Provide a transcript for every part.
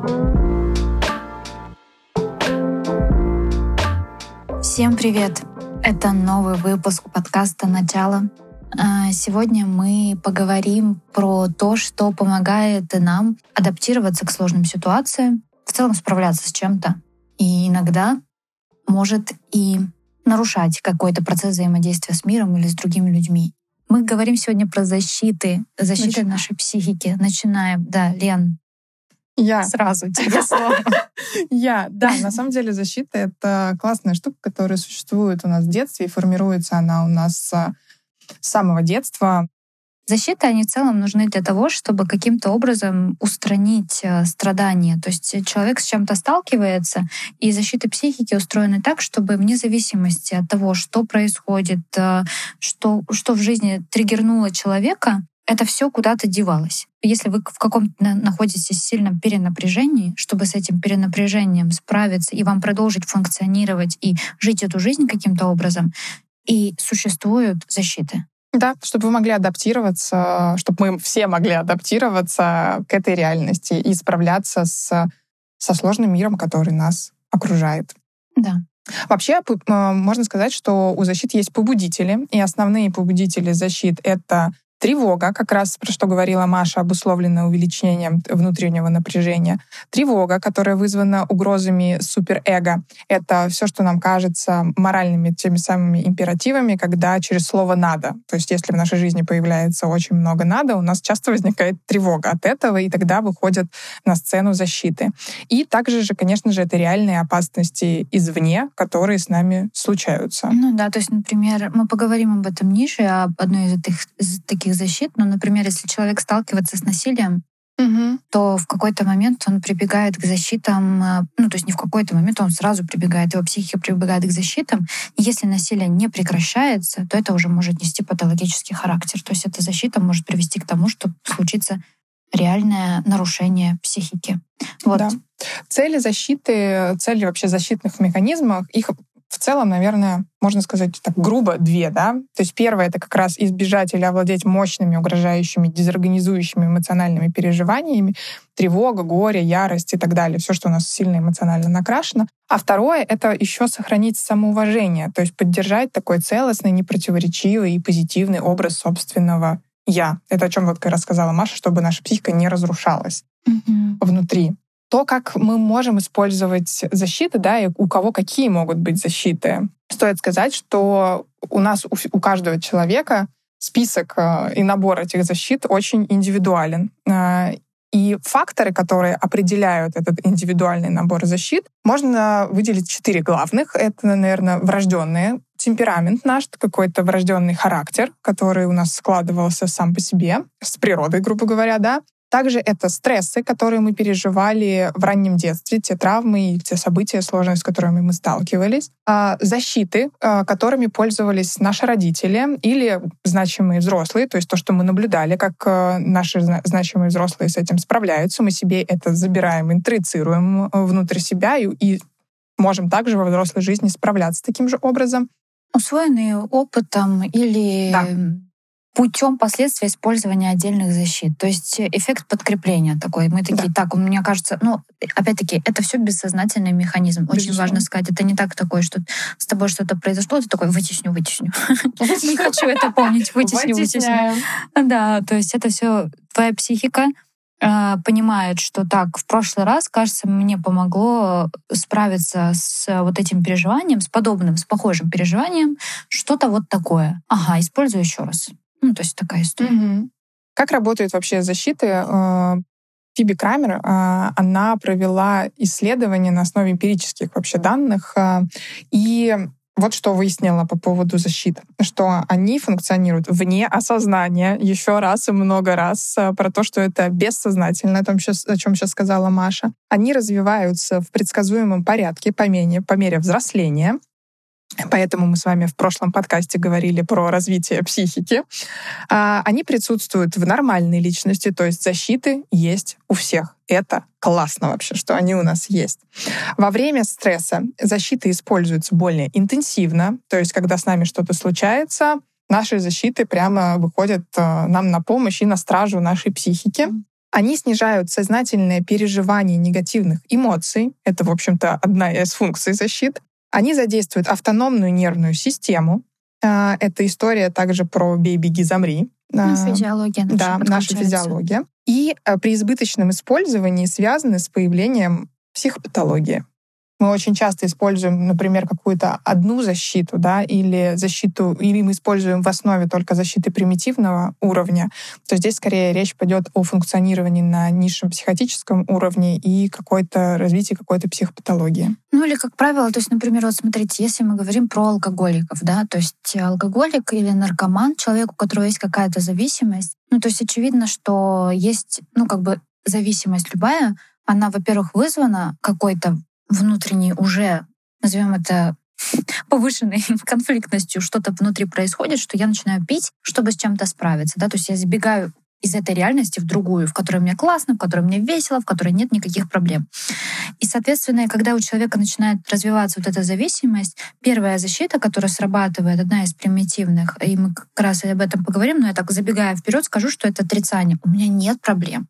Всем привет! Это новый выпуск подкаста «Начало». Сегодня мы поговорим про то, что помогает нам адаптироваться к сложным ситуациям, в целом справляться с чем-то. И иногда может и нарушать какой-то процесс взаимодействия с миром или с другими людьми. Мы говорим сегодня про защиты нашей психики. Начинаем. Да, Лен, сразу тебе слово. На самом деле защита — это классная штука, которая существует у нас в детстве, и формируется она у нас с самого детства. Защиты, они в целом нужны для того, чтобы каким-то образом устранить страдания. То есть человек с чем-то сталкивается, и защита психики устроена так, чтобы вне зависимости от того, что происходит, что в жизни триггернуло человека, это все куда-то девалось. Если вы в каком-то находитесь в сильном перенапряжении, чтобы с этим перенапряжением справиться и вам продолжить функционировать и жить эту жизнь каким-то образом, и существуют защиты. Да, чтобы вы могли адаптироваться, чтобы мы все могли адаптироваться к этой реальности и справляться со сложным миром, который нас окружает. Да. Вообще, можно сказать, что у защит есть побудители, и основные побудители защит — это тревога, как раз про что говорила Маша, обусловленная увеличением внутреннего напряжения. Тревога, которая вызвана угрозами суперэго. Это все, что нам кажется моральными теми самыми императивами, когда через слово «надо». То есть если в нашей жизни появляется очень много «надо», у нас часто возникает тревога от этого, и тогда выходят на сцену защиты. И также же, конечно же, это реальные опасности извне, которые с нами случаются. То есть, например, мы поговорим об этом ниже, об одной из таких защит. Например, если человек сталкивается с насилием, то в какой-то момент он прибегает к защитам, то есть не в какой-то момент, он сразу прибегает, его психика прибегает к защитам. И если насилие не прекращается, то это уже может нести патологический характер. То есть эта защита может привести к тому, что случится реальное нарушение психики. Вот. Да. Цели вообще защитных механизмов, их в целом, наверное, можно сказать так грубо, две, да. То есть первое — это как раз избежать или овладеть мощными, угрожающими, дезорганизующими эмоциональными переживаниями, тревога, горе, ярость и так далее, все, что у нас сильно эмоционально накрашено. А второе — это еще сохранить самоуважение, то есть поддержать такой целостный, непротиворечивый и позитивный образ собственного «я». Это о чем вот как раз сказала Маша, чтобы наша психика не разрушалась внутри. То, как мы можем использовать защиты, да, и у кого какие могут быть защиты. Стоит сказать, что у нас, у каждого человека список и набор этих защит очень индивидуален. И факторы, которые определяют этот индивидуальный набор защит, можно выделить 4 главных. Это, наверное, врожденные. Темперамент наш, какой-то врожденный характер, который у нас складывался сам по себе, с природой, грубо говоря, да. Также это стрессы, которые мы переживали в раннем детстве, те травмы и те события сложные, с которыми мы сталкивались. Защиты, которыми пользовались наши родители или значимые взрослые, то есть то, что мы наблюдали, как наши значимые взрослые с этим справляются. Мы себе это забираем, интроицируем внутрь себя и можем также во взрослой жизни справляться таким же образом. Усвоенные опытом или... Да. Путем последствия использования отдельных защит. То есть эффект подкрепления такой. Мы такие, мне кажется, опять-таки, это все бессознательный механизм. Очень важно сказать, это не такое, что с тобой что-то произошло, ты такой, вытесню. Не хочу это помнить, вытесню. Да, то есть это все твоя психика понимает, что так, в прошлый раз, кажется, мне помогло справиться с вот этим переживанием, с похожим переживанием, что-то вот такое. Использую еще раз. То есть такая история. Как работают вообще защиты? Фиби Крамер, она провела исследование на основе эмпирических вообще данных, и вот что выяснила по поводу защит, что они функционируют вне осознания, еще раз и много раз, про то, что это бессознательно, о чем сейчас сказала Маша. Они развиваются в предсказуемом порядке по мере взросления. Поэтому мы с вами в прошлом подкасте говорили про развитие психики. Они присутствуют в нормальной личности, то есть защиты есть у всех. Это классно вообще, что они у нас есть. Во время стресса защиты используются более интенсивно, то есть когда с нами что-то случается, наши защиты прямо выходят нам на помощь и на стражу нашей психики. Они снижают сознательное переживание негативных эмоций. Это, в общем-то, одна из функций защит. Они задействуют автономную нервную систему. Это история также про «бей, беги, замри». Физиология наша. Да, наша физиология. И при избыточном использовании связаны с появлением психопатологии. Мы очень часто используем, например, какую-то одну защиту, да, или мы используем в основе только защиты примитивного уровня, то здесь скорее речь пойдет о функционировании на низшем психотическом уровне и развитии какой-то психопатологии. Ну или, как правило, то есть, например, вот смотрите, если мы говорим про алкоголиков, да, то есть алкоголик или наркоман, человек, у которого есть какая-то зависимость, то есть очевидно, что есть, зависимость любая, она, во-первых, вызвана какой-то внутренней уже, назовем это, повышенной конфликтностью, что-то внутри происходит, что я начинаю пить, чтобы с чем-то справиться. Да? То есть я сбегаю из этой реальности в другую, в которой мне классно, в которой мне весело, в которой нет никаких проблем. И, соответственно, когда у человека начинает развиваться вот эта зависимость, первая защита, которая срабатывает, одна из примитивных, и мы как раз об этом поговорим, но я так забегая вперед скажу, что это отрицание. У меня нет проблем.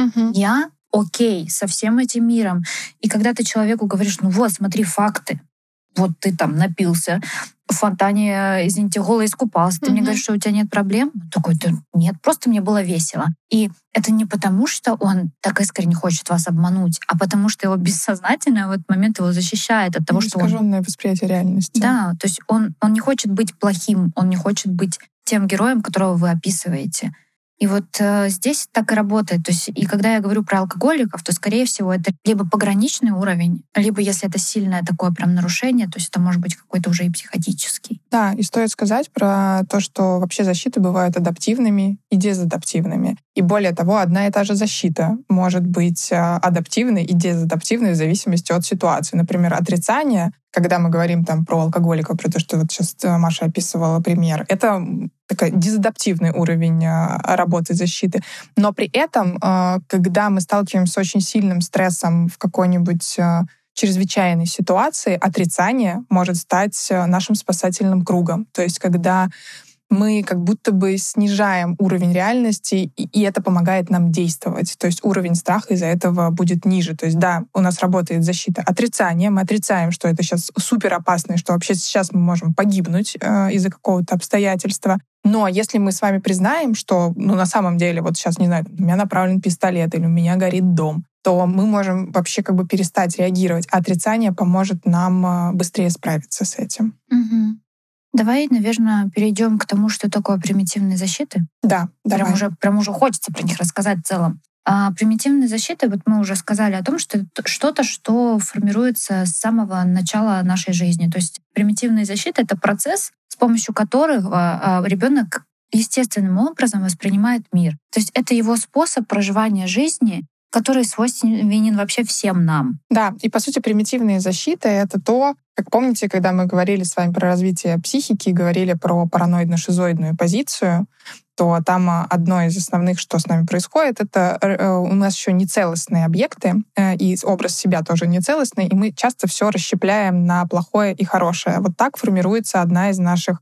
Я окей со всем этим миром. И когда ты человеку говоришь, смотри факты, вот ты там напился, в фонтане, извините, голый искупался, ты мне говоришь, что у тебя нет проблем? Он такой, да нет, просто мне было весело. И это не потому, что он так искренне хочет вас обмануть, а потому что его бессознательно в этот момент его защищает от того, что он... Искаженное восприятие реальности. Да, то есть он не хочет быть плохим, он не хочет быть тем героем, которого вы описываете. И вот здесь так и работает. То есть, и когда я говорю про алкоголиков, то, скорее всего, это либо пограничный уровень, либо, если это сильное такое прям нарушение, то есть это может быть какой-то уже и психотический. Да, и стоит сказать про то, что вообще защиты бывают адаптивными и дезадаптивными. И более того, одна и та же защита может быть адаптивной и дезадаптивной в зависимости от ситуации. Например, отрицание, когда мы говорим там про алкоголика, про то, что вот сейчас Маша описывала пример, это такой дезадаптивный уровень работы защиты. Но при этом, когда мы сталкиваемся с очень сильным стрессом в какой-нибудь чрезвычайной ситуации, отрицание может стать нашим спасательным кругом. То есть когда мы как будто бы снижаем уровень реальности, и это помогает нам действовать. То есть уровень страха из-за этого будет ниже. То есть да, у нас работает защита отрицания, мы отрицаем, что это сейчас супер опасно, и что вообще сейчас мы можем погибнуть из-за какого-то обстоятельства. Но если мы с вами признаем, что на самом деле вот сейчас, не знаю, у меня направлен пистолет или у меня горит дом, то мы можем вообще перестать реагировать. А отрицание поможет нам быстрее справиться с этим. Угу. Давай, наверное, перейдем к тому, что такое примитивные защиты. Да, давай. Прям уже хочется про них рассказать в целом. А примитивные защиты, вот мы уже сказали о том, что это что-то, что формируется с самого начала нашей жизни. То есть примитивные защиты — это процесс, с помощью которого ребенок естественным образом воспринимает мир. То есть это его способ проживания жизни, который свойственен вообще всем нам. Да, и по сути примитивные защиты — это то, как помните, когда мы говорили с вами про развитие психики, говорили про параноидно-шизоидную позицию, то там одно из основных, что с нами происходит, это у нас еще нецелостные объекты, и образ себя тоже нецелостный, и мы часто все расщепляем на плохое и хорошее. Вот так формируется одна из наших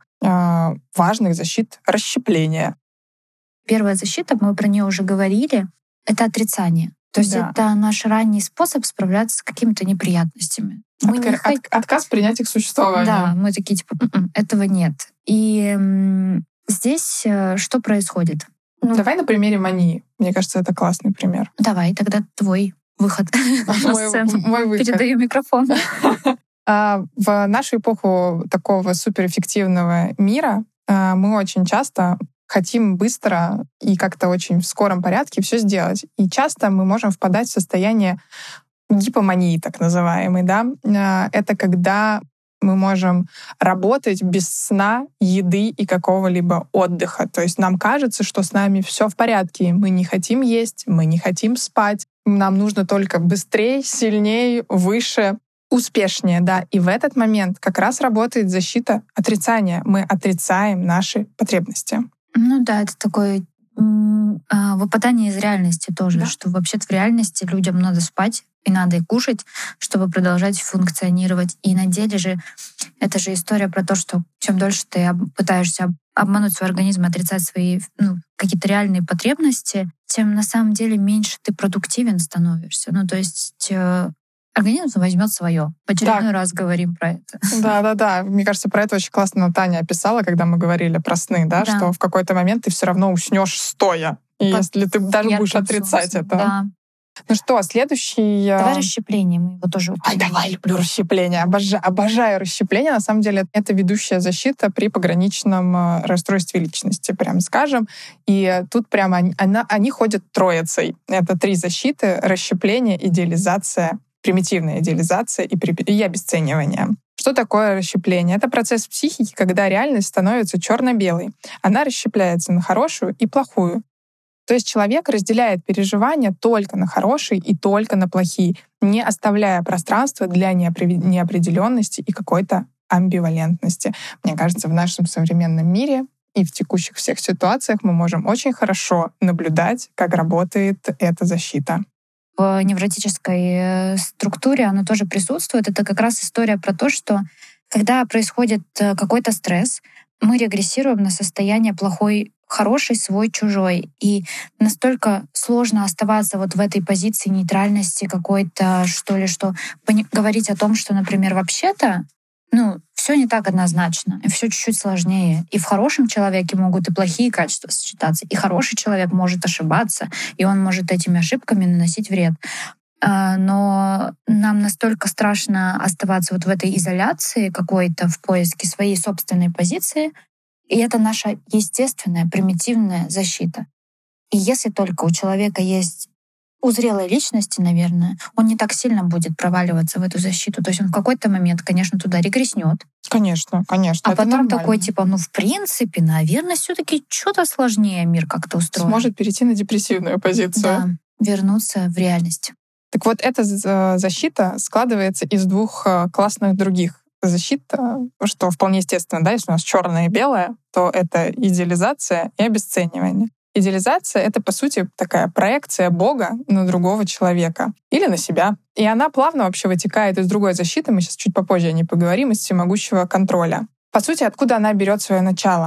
важных защит — расщепления. Первая защита, мы про нее уже говорили, это отрицание. То есть это наш ранний способ справляться с какими-то неприятностями. Отказ принять их существование. Да, мы такие, этого нет. И здесь что происходит? Давай на примере мании. Мне кажется, это классный пример. Давай, тогда твой выход на сцену. Мой выход. Передаю микрофон. В нашу эпоху такого суперэффективного мира мы очень часто хотим быстро и как-то очень в скором порядке все сделать. И часто мы можем впадать в состояние гипомании, так называемой. Да? Это когда мы можем работать без сна, еды и какого-либо отдыха. То есть нам кажется, что с нами все в порядке. Мы не хотим есть, мы не хотим спать. Нам нужно только быстрее, сильнее, выше, успешнее. Да? И в этот момент как раз работает защита отрицания. Мы отрицаем наши потребности. Ну да, это такое выпадание из реальности тоже, да? Что вообще-то в реальности людям надо спать и надо и кушать, чтобы продолжать функционировать. И на деле же это же история про то, что чем дольше ты пытаешься обмануть свой организм, отрицать свои какие-то реальные потребности, тем на самом деле меньше ты продуктивен становишься. Ну, то есть организм возьмет свое. В очередной раз говорим про это. Да. Мне кажется, про это очень классно Таня описала, когда мы говорили про сны, да, что в какой-то момент ты все равно уснешь стоя. И если ты даже будешь отрицать это. Да. Ну что, следующий... Давай расщепление, мы его тоже упомянем. Давай, люблю расщепление. Обожаю расщепление. На самом деле, это ведущая защита при пограничном расстройстве личности, прям скажем. И тут прямо они ходят троицей. Это 3 защиты: расщепление, идеализация, примитивная идеализация и обесценивание. Что такое расщепление? Это процесс психики, когда реальность становится черно-белой. Она расщепляется на хорошую и плохую. То есть человек разделяет переживания только на хорошие и только на плохие, не оставляя пространства для неопределенности и какой-то амбивалентности. Мне кажется, в нашем современном мире и в текущих всех ситуациях мы можем очень хорошо наблюдать, как работает эта защита. В невротической структуре она тоже присутствует. Это как раз история про то, что когда происходит какой-то стресс, мы регрессируем на состояние плохой, хороший, свой, чужой. И настолько сложно оставаться вот в этой позиции нейтральности какой-то, что говорить о том, что, например, вообще-то, все не так однозначно, и все чуть-чуть сложнее. И в хорошем человеке могут и плохие качества сочетаться, и хороший человек может ошибаться, и он может этими ошибками наносить вред. Но нам настолько страшно оставаться вот в этой изоляции какой-то, в поиске своей собственной позиции, и это наша естественная, примитивная защита. И если только у человека есть у зрелой личности, наверное, он не так сильно будет проваливаться в эту защиту. То есть он в какой-то момент, конечно, туда регресснет. Конечно. А потом такой, в принципе, наверное, все-таки что-то сложнее мир как-то устроен. Сможет перейти на депрессивную позицию. Да, вернуться в реальность. Так вот, эта защита складывается из 2 классных других защит, что вполне естественно, да, если у нас черное и белое, то это идеализация и обесценивание. Идеализация — это, по сути, такая проекция Бога на другого человека или на себя. И она плавно вообще вытекает из другой защиты, мы сейчас чуть попозже о ней поговорим, из всемогущего контроля. По сути, откуда она берет свое начало?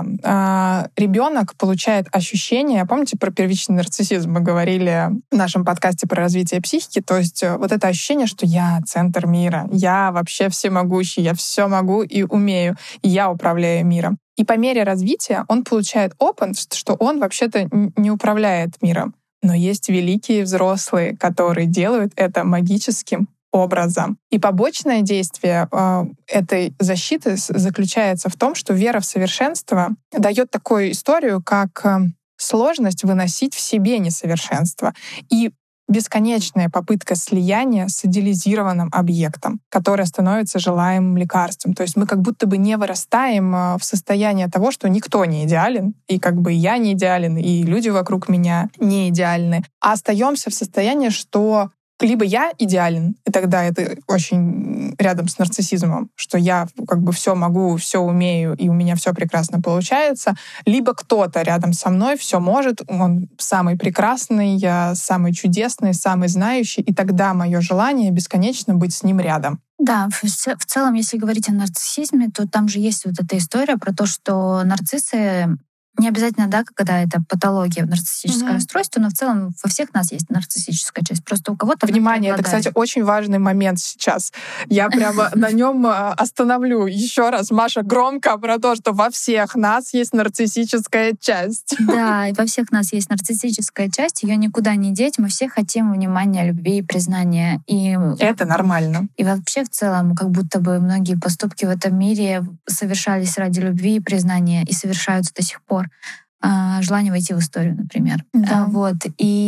Ребенок получает ощущение, помните, про первичный нарциссизм мы говорили в нашем подкасте про развитие психики, то есть вот это ощущение, что я центр мира, я вообще всемогущий, я все могу и умею, и я управляю миром. И по мере развития он получает опыт, что он вообще-то не управляет миром. Но есть великие взрослые, которые делают это магическим образом. И побочное действие этой защиты заключается в том, что вера в совершенство дает такую историю, как сложность выносить в себе несовершенство и бесконечная попытка слияния с идеализированным объектом, которое становится желаемым лекарством. То есть мы как будто бы не вырастаем в состояние того, что никто не идеален, и как бы я не идеален, и люди вокруг меня не идеальны, а остаемся в состоянии, что либо я идеален, и тогда это очень рядом с нарциссизмом, что я как бы все могу, все умею, и у меня все прекрасно получается, либо кто-то рядом со мной все может, он самый прекрасный, самый чудесный, самый знающий, и тогда мое желание бесконечно быть с ним рядом. Да, в целом, если говорить о нарциссизме, то там же есть вот эта история про то, что нарциссы не обязательно, да, когда это патология, нарциссическое расстройство, но в целом во всех нас есть нарциссическая часть. Просто у кого-то... Внимание, это, кстати, очень важный момент сейчас. Я прямо на нем остановлю еще раз, Маша, громко про то, что во всех нас есть нарциссическая часть. Да, и во всех нас есть нарциссическая часть, ее никуда не деть. Мы все хотим внимания, любви и признания. И это нормально. И вообще в целом, как будто бы многие поступки в этом мире совершались ради любви и признания и совершаются до сих пор. Желание войти в историю, например. Да. Вот.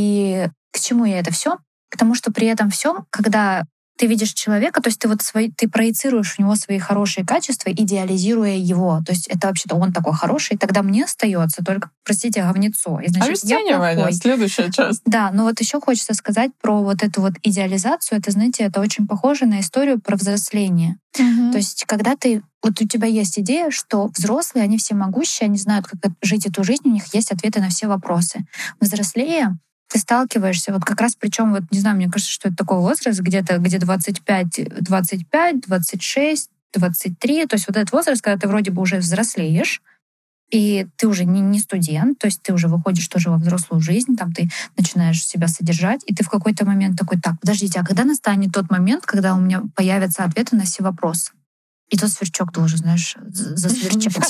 И к чему я это все? К тому, что при этом всем, когда ты видишь человека, то есть ты проецируешь у него свои хорошие качества, идеализируя его. То есть это вообще-то он такой хороший, тогда мне остается только, простите, говнецо. И значит, обесценивание, следующая часть. Да, но вот еще хочется сказать про вот эту вот идеализацию. Это, знаете, это очень похоже на историю про взросление. То есть когда у тебя есть идея, что взрослые, они всемогущие, они знают, как жить эту жизнь, у них есть ответы на все вопросы. Взрослея, ты сталкиваешься, вот как раз причем, вот не знаю, мне кажется, что это такой возраст, где 25, 26, 23, то есть вот этот возраст, когда ты вроде бы уже взрослеешь, и ты уже не студент, то есть ты уже выходишь тоже во взрослую жизнь, там ты начинаешь себя содержать, и ты в какой-то момент такой: так, подождите, а когда настанет тот момент, когда у меня появятся ответы на все вопросы? И тот сверчок должен, знаешь, засверчать.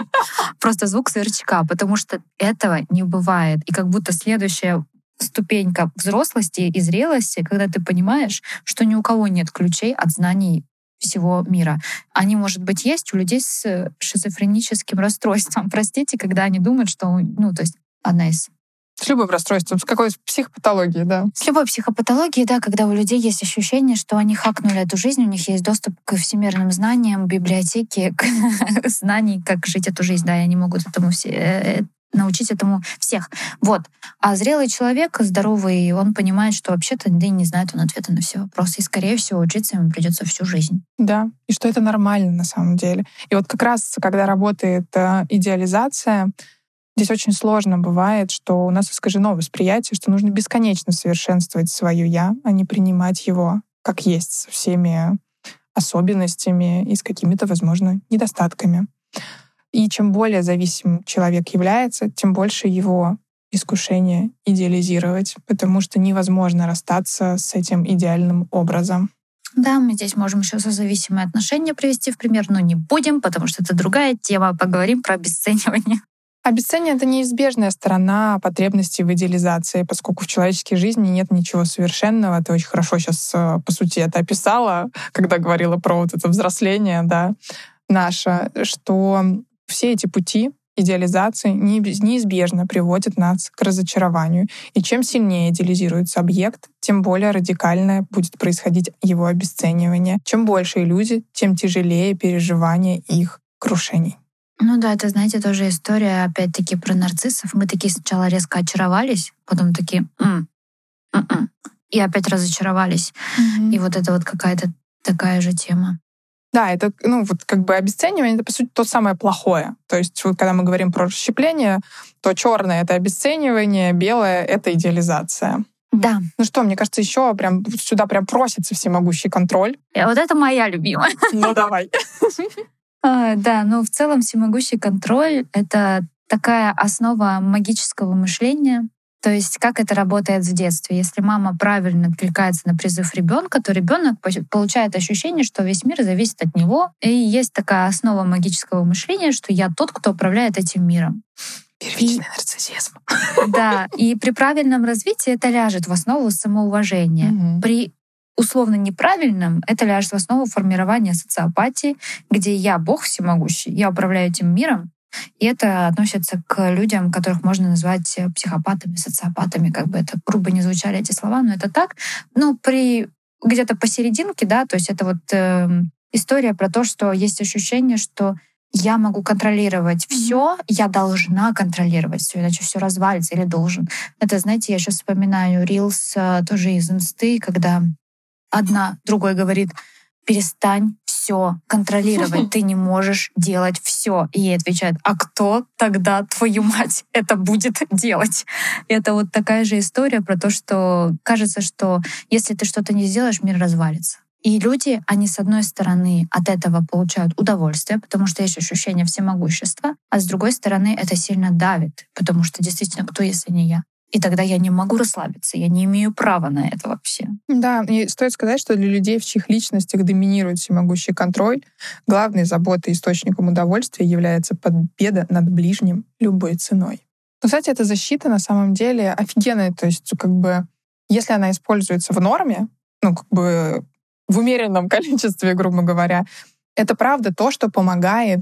Просто звук сверчка, потому что этого не бывает. И как будто следующая ступенька взрослости и зрелости, когда ты понимаешь, что ни у кого нет ключей от знаний всего мира. Они, может быть, есть у людей с шизофреническим расстройством. Простите, когда они думают, что, то есть одна из... С любым расстройством, с какой психопатологией, да. С любой психопатологией, да, когда у людей есть ощущение, что они хакнули эту жизнь, у них есть доступ к всемирным знаниям, библиотеке, к знаний, как жить эту жизнь, да, и они могут этому научить этому всех. Вот. А зрелый человек, здоровый, он понимает, что вообще-то да и не знает он ответа на все вопросы. И, скорее всего, учиться ему придется всю жизнь. Да, и что это нормально на самом деле. И вот как раз, когда работает идеализация, здесь очень сложно бывает, что у нас искажено восприятие, что нужно бесконечно совершенствовать свое «я», а не принимать его как есть, со всеми особенностями и с какими-то, возможно, недостатками. И чем более зависимым человек является, тем больше его искушение идеализировать, потому что невозможно расстаться с этим идеальным образом. Да, мы здесь можем еще созависимые отношения привести в пример, но не будем, потому что это другая тема. Поговорим про обесценивание. Обесценивание — это неизбежная сторона потребностей в идеализации, поскольку в человеческой жизни нет ничего совершенного. Ты очень хорошо сейчас, по сути, это описала, когда говорила про вот это взросление, да, наше, что все эти пути идеализации неизбежно приводят нас к разочарованию. И чем сильнее идеализируется объект, тем более радикальное будет происходить его обесценивание. Чем больше иллюзий, тем тяжелее переживание их крушений. Ну да, это, знаете, тоже история, опять-таки, про нарциссов. Мы такие сначала резко очаровались, потом такие и опять разочаровались. И вот это вот какая-то такая же тема. Да, это, вот как бы обесценивание — это, по сути, то самое плохое. То есть, вот, когда мы говорим про расщепление, то черное — это обесценивание, белое — это идеализация. Да. Ну что, мне кажется, еще прям сюда прям просится всемогущий контроль. Вот это моя любимая. Ну давай. Да, но в целом всемогущий контроль — это такая основа магического мышления. То есть как это работает в детстве? Если мама правильно откликается на призыв ребенка, то ребенок получает ощущение, что весь мир зависит от него. И есть такая основа магического мышления, что я тот, кто управляет этим миром. Первичный нарциссизм. Да, и при правильном развитии это ляжет в основу самоуважения. При условно неправильном это ляжет в основу формирования социопатии, где я Бог всемогущий, я управляю этим миром. И это относится к людям, которых можно назвать психопатами, социопатами, как бы это грубо не звучали эти слова, но это так. Ну, где-то посерединке, да, то есть это вот история про то, что есть ощущение, что я могу контролировать все, я должна контролировать все, иначе все развалится или должен. Это, знаете, я сейчас вспоминаю рилс тоже из инсты, когда одна другой говорит: перестань все контролировать, ты не можешь делать все. И ей отвечает: а кто тогда, твою мать, это будет делать? Это вот такая же история про то, что кажется, что если ты что-то не сделаешь, мир развалится. И люди, они, с одной стороны, от этого получают удовольствие, потому что есть ощущение всемогущества, а с другой стороны, это сильно давит, потому что действительно, кто, если не я? И тогда я не могу расслабиться, я не имею права на это вообще. Да, и стоит сказать, что для людей, в чьих личностях доминирует всемогущий контроль, главной заботой и источником удовольствия является победа над ближним любой ценой. Но, кстати, эта защита на самом деле офигенная. То есть, как бы, если она используется в норме, как бы в умеренном количестве, грубо говоря, это правда то, что помогает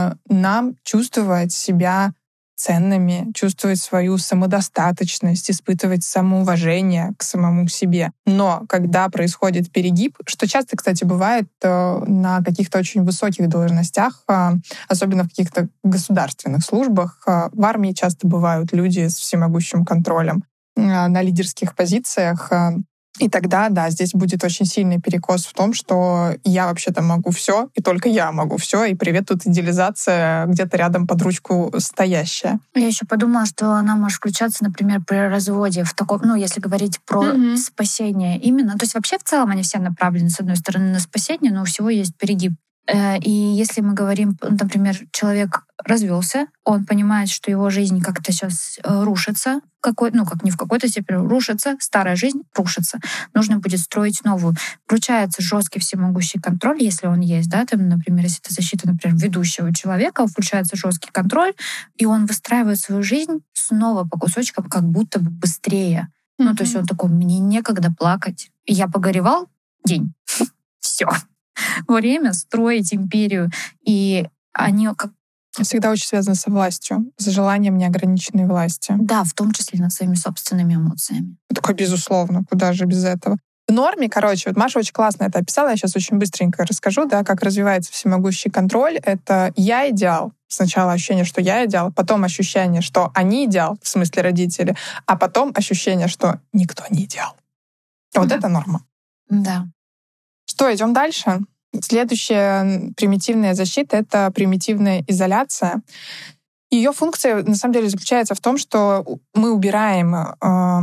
нам чувствовать себя ценными, чувствовать свою самодостаточность, испытывать самоуважение к самому себе. Но когда происходит перегиб, что часто, кстати, бывает на каких-то очень высоких должностях, особенно в каких-то государственных службах, в армии часто бывают люди с всемогущим контролем на лидерских позициях. И тогда, да, здесь будет очень сильный перекос в том, что я вообще-то могу все, и только я могу все, и привет, тут идеализация где-то рядом под ручку стоящая. Я еще подумала, что она может включаться, например, при разводе, в таком, если говорить про спасение именно. То есть вообще в целом они все направлены, с одной стороны, на спасение, но у всего есть перегиб. И если мы говорим, например, человек развелся, он понимает, что его жизнь как-то сейчас рушится, как не в какой-то степени рушится, старая жизнь рушится, нужно будет строить новую. Включается жесткий всемогущий контроль, если он есть, да, там, например, если это защита, например, ведущего человека, включается жесткий контроль, и он выстраивает свою жизнь снова по кусочкам, как будто бы быстрее. Ну, то есть он такой: мне некогда плакать. Я погоревал день. Все. Время строить империю. И они как... Всегда очень связаны со властью, с желанием неограниченной власти. Да, в том числе над своими собственными эмоциями. Такое безусловно, куда же без этого. В норме, вот Маша очень классно это описала, я сейчас очень быстренько расскажу, да, как развивается всемогущий контроль. Это я идеал. Сначала ощущение, что я идеал, потом ощущение, что они идеал, в смысле родители, а потом ощущение, что никто не идеал. Вот это норма. Да. Что, идем дальше? Следующая примитивная защита — это примитивная изоляция. Ее функция, на самом деле, заключается в том, что мы убираем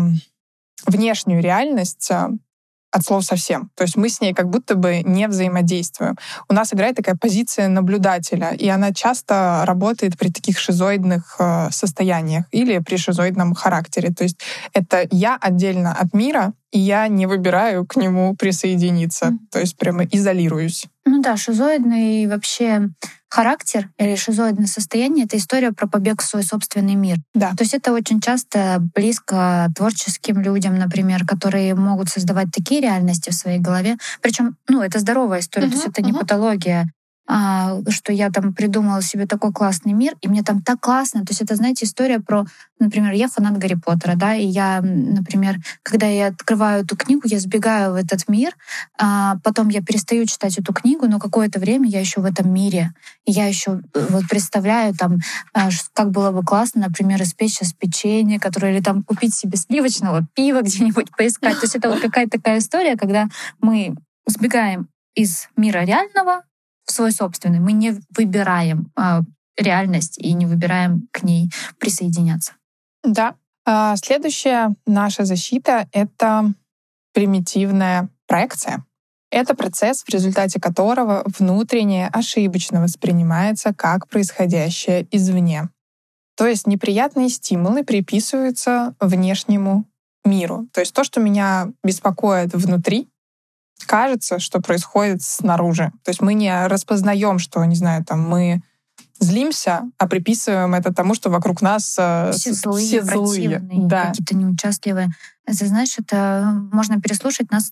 внешнюю реальность от слова совсем. То есть мы с ней как будто бы не взаимодействуем. У нас играет такая позиция наблюдателя, и она часто работает при таких шизоидных состояниях или при шизоидном характере. То есть это я отдельно от мира, и я не выбираю к нему присоединиться. То есть прямо изолируюсь. Ну да, шизоидный вообще характер или шизоидное состояние — это история про побег в свой собственный мир. Да. То есть это очень часто близко творческим людям, например, которые могут создавать такие реальности в своей голове. Причем, это здоровая история, то есть это не патология, что я там придумала себе такой классный мир, и мне там так классно. То есть это, знаете, история про, например, я фанат Гарри Поттера, да, и я, например, когда я открываю эту книгу, я сбегаю в этот мир, потом я перестаю читать эту книгу, но какое-то время я еще в этом мире. И я еще вот представляю там, как было бы классно, например, испечь сейчас печенье, которое, или там купить себе сливочного пива где-нибудь поискать. То есть это вот какая-то такая история, когда мы сбегаем из мира реального в свой собственный. Мы не выбираем реальность и не выбираем к ней присоединяться. Да. Следующая наша защита — это примитивная проекция. Это процесс, в результате которого внутреннее ошибочно воспринимается как происходящее извне. То есть неприятные стимулы приписываются внешнему миру. То есть то, что меня беспокоит внутри, кажется, что происходит снаружи. То есть мы не распознаем, что, не знаю, там мы злимся, а приписываем это тому, что вокруг нас все злые, противные, да. Какие-то неучастливые. Ты знаешь, это можно переслушать наш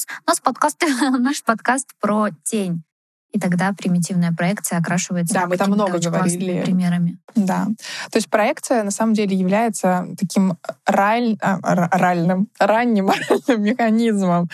подкаст про тень. И тогда примитивная проекция окрашивается. Да, мы там много говорили примерами. Да. То есть проекция на самом деле является таким ранним механизмом.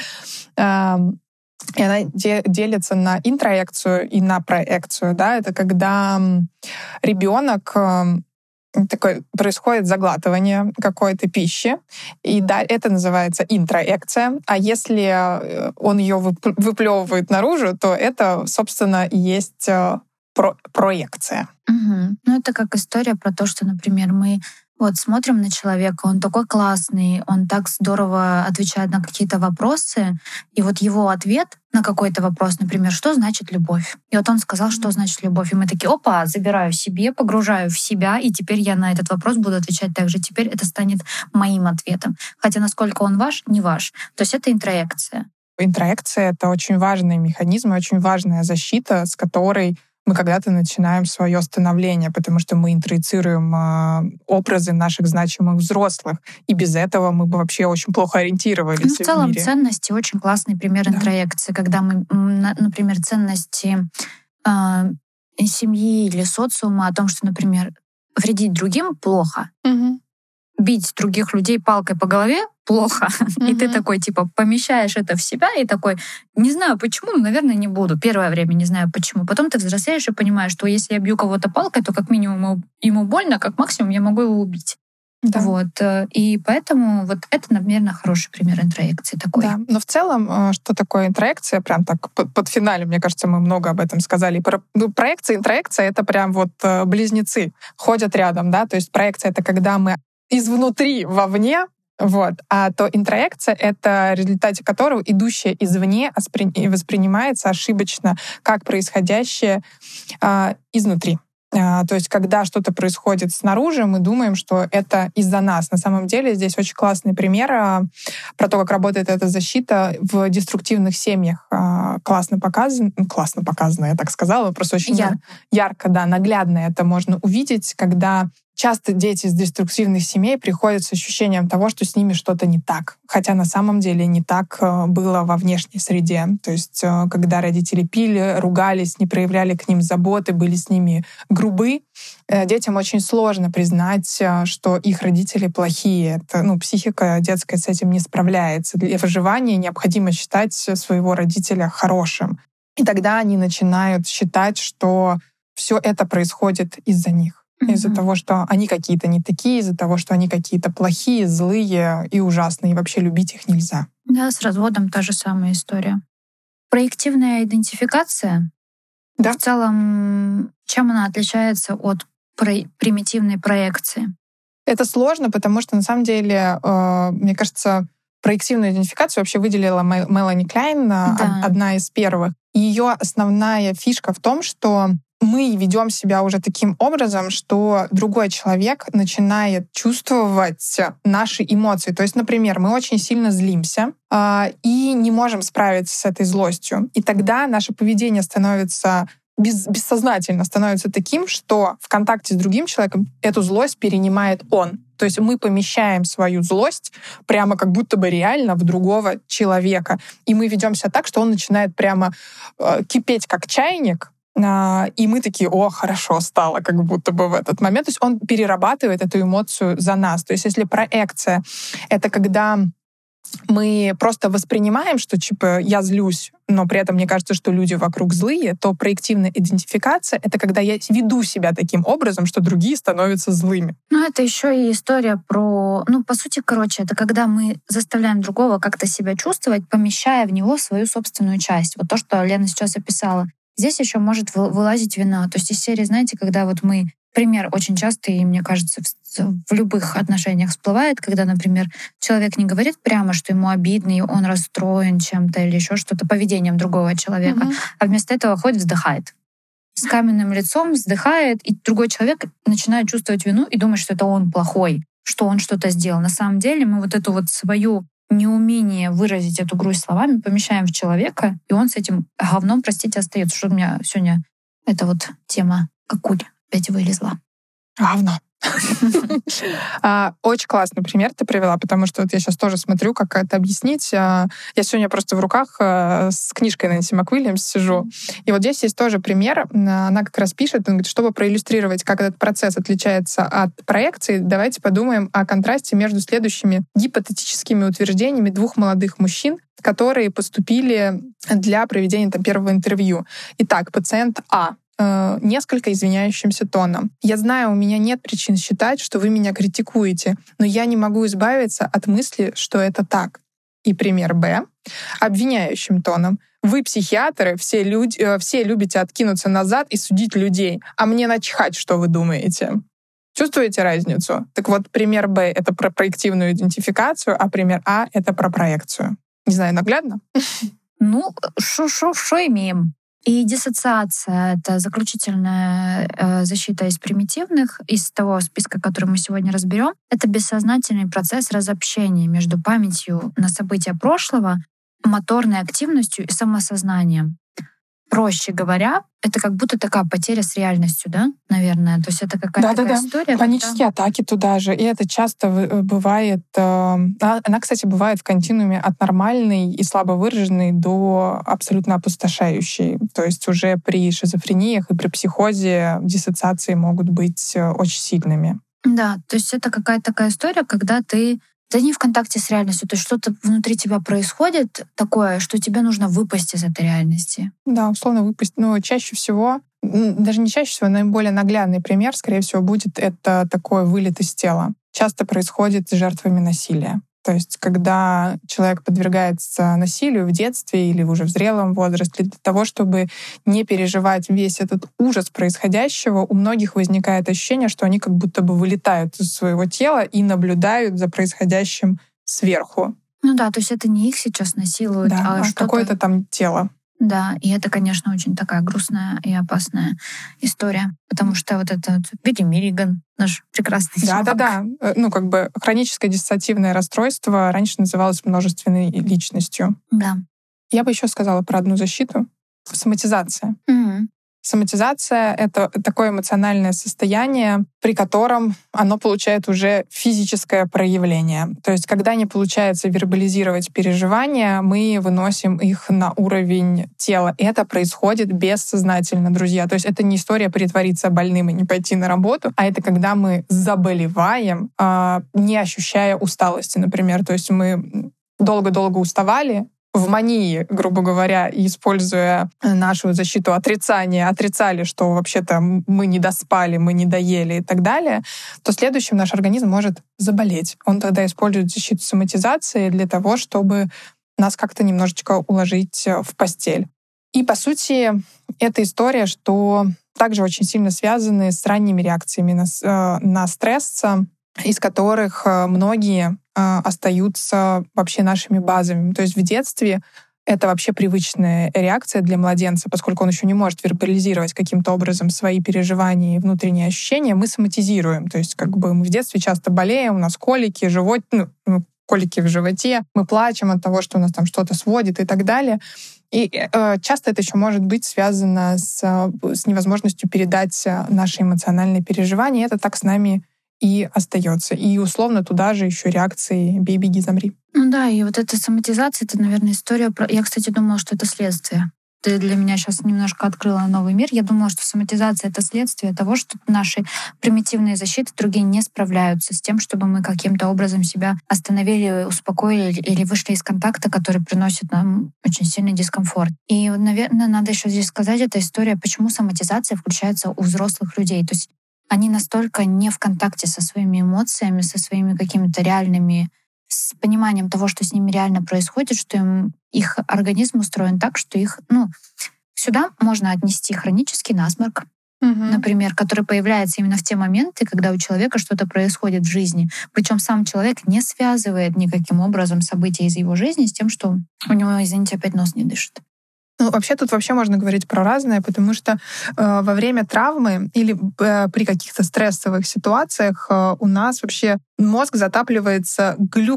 И она делится на интроекцию и на проекцию. Да? Это когда ребенок происходит заглатывание какой-то пищи, и да, это называется интроекция. А если он ее выплевывает наружу, то это, собственно, и есть проекция. Ну, это как история про то, что, например, мы смотрим на человека, он такой классный, он так здорово отвечает на какие-то вопросы, и вот его ответ на какой-то вопрос, например, что значит любовь? И вот он сказал, что значит любовь. И мы такие: опа, забираю себе, погружаю в себя, и теперь я на этот вопрос буду отвечать так же. Теперь это станет моим ответом. Хотя насколько он ваш, не ваш. То есть это интроекция. Интроекция — это очень важный механизм, очень важная защита, с которой мы когда-то начинаем свое становление, потому что мы интроицируем образы наших значимых взрослых. И без этого мы бы вообще очень плохо ориентировались в в целом мире. Ценности — очень классный пример интроекции, когда мы, например, ценности семьи или социума о том, что, например, вредить другим плохо, бить других людей палкой по голове плохо. И ты такой, помещаешь это в себя и такой: не знаю почему, но, наверное, не буду. Первое время не знаю почему. Потом ты взрослеешь и понимаешь, что если я бью кого-то палкой, то как минимум ему больно, как максимум я могу его убить. Да. И поэтому это, наверное, хороший пример интроекции такой. Да. Но в целом, что такое интроекция, прям так под финале, мне кажется, мы много об этом сказали. Проекция, интроекция — это прям близнецы ходят рядом, да, то есть проекция — это когда мы изнутри вовне Вот. А то интроекция — это в результате которого идущее извне воспринимается ошибочно как происходящее изнутри. То есть, когда что-то происходит снаружи, мы думаем, что это из-за нас. На самом деле здесь очень классный пример про то, как работает эта защита в деструктивных семьях. Классно показано, я так сказала, просто очень ярко, да, наглядно это можно увидеть, когда часто дети из деструктивных семей приходят с ощущением того, что с ними что-то не так. Хотя на самом деле не так было во внешней среде. То есть когда родители пили, ругались, не проявляли к ним заботы, были с ними грубы, детям очень сложно признать, что их родители плохие. Это, психика детская с этим не справляется. Для выживания необходимо считать своего родителя хорошим. И тогда они начинают считать, что все это происходит из-за них. Из-за того, что они какие-то не такие, из-за того, что они какие-то плохие, злые и ужасные, и вообще любить их нельзя. Да, с разводом та же самая история. Проективная идентификация, в целом, чем она отличается от примитивной проекции? Это сложно, потому что на самом деле, мне кажется, проективную идентификацию вообще выделила Мелани Клайн, одна из первых. Ее основная фишка в том, что мы ведем себя уже таким образом, что другой человек начинает чувствовать наши эмоции. То есть, например, мы очень сильно злимся и не можем справиться с этой злостью. И тогда наше поведение становится бессознательно становится таким, что в контакте с другим человеком эту злость перенимает он. То есть мы помещаем свою злость прямо как будто бы реально в другого человека. И мы ведем себя так, что он начинает прямо кипеть как чайник, и мы такие: о, хорошо стало, как будто бы в этот момент. То есть он перерабатывает эту эмоцию за нас. То есть если проекция — это когда мы просто воспринимаем, что типа я злюсь, но при этом мне кажется, что люди вокруг злые, то проективная идентификация — это когда я веду себя таким образом, что другие становятся злыми. Это еще и история про... по сути, это когда мы заставляем другого как-то себя чувствовать, помещая в него свою собственную часть. Вот то, что Лена сейчас описала. Здесь еще может вылазить вина. То есть из серии, знаете, когда вот мы... Пример очень часто, и мне кажется, в любых отношениях всплывает, когда, например, человек не говорит прямо, что ему обидно, и он расстроен чем-то или еще что-то, поведением другого человека, а вместо этого ходит, вздыхает. С каменным лицом вздыхает, и другой человек начинает чувствовать вину и думать, что это он плохой, что он что-то сделал. На самом деле мы вот эту вот свою неумение выразить эту грусть словами помещаем в человека, и он с этим говном, простите, остается. Что у меня сегодня эта вот тема какуль опять вылезла. Говно. Очень классный пример ты привела, потому что вот я сейчас тоже смотрю, как это объяснить. Я сегодня просто в руках с книжкой Нэнси МакУильямс сижу. И вот здесь есть тоже пример. Она как раз пишет, она говорит, чтобы проиллюстрировать, как этот процесс отличается от проекции, давайте подумаем о контрасте между следующими гипотетическими утверждениями двух молодых мужчин, которые поступили для проведения первого интервью. Итак, пациент А. Несколько извиняющимся тоном. «Я знаю, у меня нет причин считать, что вы меня критикуете, но я не могу избавиться от мысли, что это так». И пример Б. Обвиняющим тоном. «Вы, психиатры, все любите откинуться назад и судить людей, а мне начхать, что вы думаете». Чувствуете разницу? Так вот, пример Б — это про проективную идентификацию, а пример А — это про проекцию. Не знаю, наглядно? Шо имеем? И диссоциация — это заключительная защита из примитивных, из того списка, который мы сегодня разберем. Это бессознательный процесс разобщения между памятью на события прошлого, моторной активностью и самосознанием. Проще говоря, это как будто такая потеря с реальностью, да, наверное? То есть это какая-то такая история. Панические атаки туда же. И это часто бывает... Она, кстати, бывает в континууме от нормальной и слабо выраженной до абсолютно опустошающей. То есть уже при шизофрениях и при психозе диссоциации могут быть очень сильными. Да, то есть это какая-то такая история, когда ты не в контакте с реальностью. То есть что-то внутри тебя происходит такое, что тебе нужно выпасть из этой реальности. Да, условно выпасть. Но чаще всего, даже не чаще всего, наиболее наглядный пример, скорее всего, будет это такой вылет из тела. Часто происходит с жертвами насилия. То есть когда человек подвергается насилию в детстве или уже в зрелом возрасте, для того, чтобы не переживать весь этот ужас происходящего, у многих возникает ощущение, что они как будто бы вылетают из своего тела и наблюдают за происходящим сверху. Ну да, то есть это не их сейчас насилуют, Да, а что-то... какое-то там тело. Да, и это, конечно, очень такая грустная и опасная история, потому что вот это вот Билли Миллиган, наш прекрасный чувак. Да. Хроническое диссоциативное расстройство раньше называлось множественной личностью. Да. Я бы еще сказала про одну защиту. Соматизация. Мгм. Соматизация — это такое эмоциональное состояние, при котором оно получает уже физическое проявление. То есть, когда не получается вербализировать переживания, мы выносим их на уровень тела. И это происходит бессознательно, друзья. То есть это не история притвориться больным и не пойти на работу, а это когда мы заболеваем, не ощущая усталости, например. То есть мы долго-долго уставали, в мании, грубо говоря, используя нашу защиту отрицания, отрицали, что вообще-то мы не доспали, мы не доели и так далее, то следующим наш организм может заболеть. Он тогда использует защиту соматизации для того, чтобы нас как-то немножечко уложить в постель. И, по сути, эта история, что также очень сильно связаны с ранними реакциями на стресс, из которых многие остаются вообще нашими базовыми. То есть в детстве это вообще привычная реакция для младенца, поскольку он еще не может вербализировать каким-то образом свои переживания и внутренние ощущения, мы соматизируем. То есть как бы мы в детстве часто болеем, у нас колики, колики в животе, мы плачем от того, что у нас там что-то сводит и так далее. И часто это еще может быть связано с невозможностью передать наши эмоциональные переживания. И это так с нами и остается. И условно туда же еще реакции «бей, беги, замри». Ну да, и вот эта соматизация, это, наверное, история про... Я, кстати, думала, что это следствие. Ты для меня сейчас немножко открыла новый мир. Я думала, что соматизация — это следствие того, что наши примитивные защиты другие не справляются с тем, чтобы мы каким-то образом себя остановили, успокоили или вышли из контакта, который приносит нам очень сильный дискомфорт. И, наверное, надо еще здесь сказать, эта история, почему соматизация включается у взрослых людей. То есть они настолько не в контакте со своими эмоциями, со своими какими-то реальными, с пониманием того, что с ними реально происходит, что их организм устроен так, что их, сюда можно отнести хронический насморк, например, который появляется именно в те моменты, когда у человека что-то происходит в жизни. Причем сам человек не связывает никаким образом события из его жизни с тем, что у него, извините, опять нос не дышит. Вообще тут можно говорить про разное, потому что во время травмы или при каких-то стрессовых ситуациях у нас вообще мозг затапливается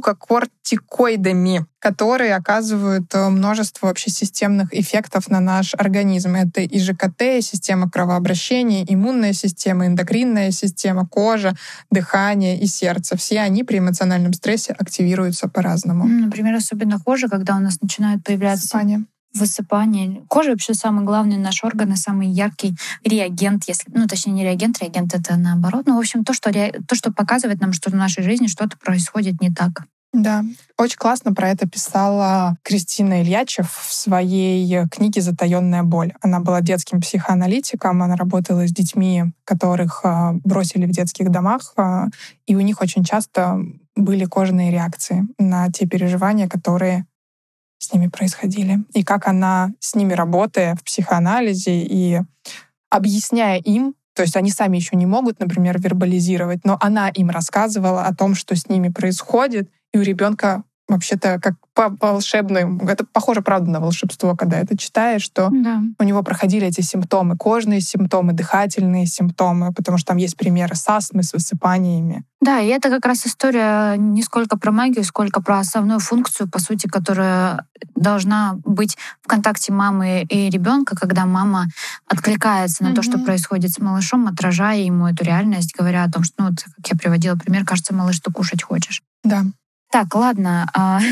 глюкокортикоидами, которые оказывают множество вообще системных эффектов на наш организм. Это и ЖКТ, и система кровообращения, иммунная система, эндокринная система, кожа, дыхание и сердце. Все они при эмоциональном стрессе активируются по-разному. Например, особенно кожа, когда у нас начинают появляться высыпание. Кожа вообще самый главный наш орган и самый яркий реагент, точнее не реагент это наоборот. В общем, то, что показывает нам, что в нашей жизни что-то происходит не так. Да, очень классно про это писала Кристина Ильячев в своей книге «Затаённая боль». Она была детским психоаналитиком, она работала с детьми, которых бросили в детских домах, и у них очень часто были кожные реакции на те переживания, которые с ними происходили. И как она с ними, работая в психоанализе и объясняя им, то есть они сами еще не могут, например, вербализировать, но она им рассказывала о том, что с ними происходит, и у ребенка вообще-то как по волшебным, это похоже, правда, на волшебство, когда это читаешь, что у него проходили эти симптомы, кожные симптомы, дыхательные симптомы, потому что там есть примеры с астмой, с высыпаниями. Да, и это как раз история не сколько про магию, сколько про основную функцию, по сути, которая должна быть в контакте мамы и ребенка, когда мама откликается на то, что происходит с малышом, отражая ему эту реальность, говоря о том, что, как я приводила пример, кажется, малыш, ты кушать хочешь. Да. Так, ладно.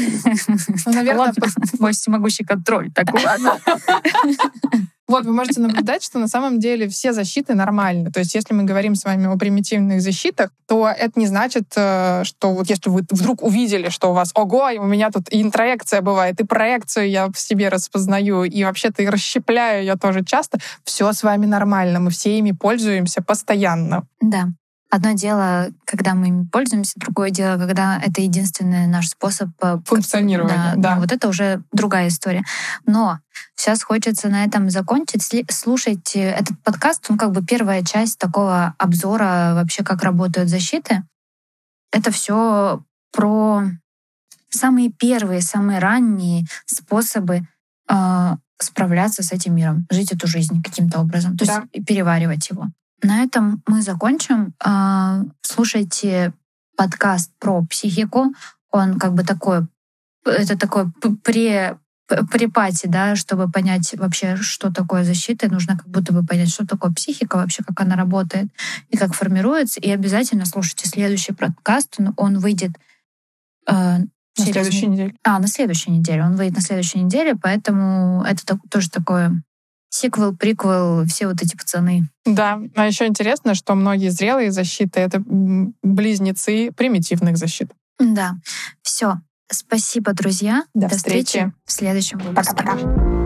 Наверное, мой всемогущий контроль. Так, ладно. Вот, вы можете наблюдать, что на самом деле все защиты нормальны. То есть если мы говорим с вами о примитивных защитах, то это не значит, что вот если вы вдруг увидели, что у вас, ого, у меня тут и интроекция бывает, и проекцию я в себе распознаю, и вообще-то и расщепляю я тоже часто, все с вами нормально, мы все ими пользуемся постоянно. Да. Одно дело, когда мы ими пользуемся, другое дело, когда это единственный наш способ функционирования. Да. Вот это уже другая история. Но сейчас хочется на этом закончить. Слушайте этот подкаст, он как бы первая часть такого обзора вообще, как работают защиты. Это все про самые первые, самые ранние способы справляться с этим миром, жить эту жизнь каким-то образом, то есть переваривать его. На этом мы закончим. Слушайте подкаст про психику. Он как бы такой, это такой препати, да, чтобы понять вообще, что такое защита. Нужно как будто бы понять, что такое психика вообще, как она работает и как формируется. И обязательно слушайте следующий подкаст. Он выйдет на следующей неделе. На следующей неделе. Он выйдет на следующей неделе, поэтому это тоже такое сиквел, приквел, все вот эти пацаны. Да, а еще интересно, что многие зрелые защиты — это близнецы примитивных защит. Да. Все. Спасибо, друзья. До встречи в следующем выпуске. Пока-пока.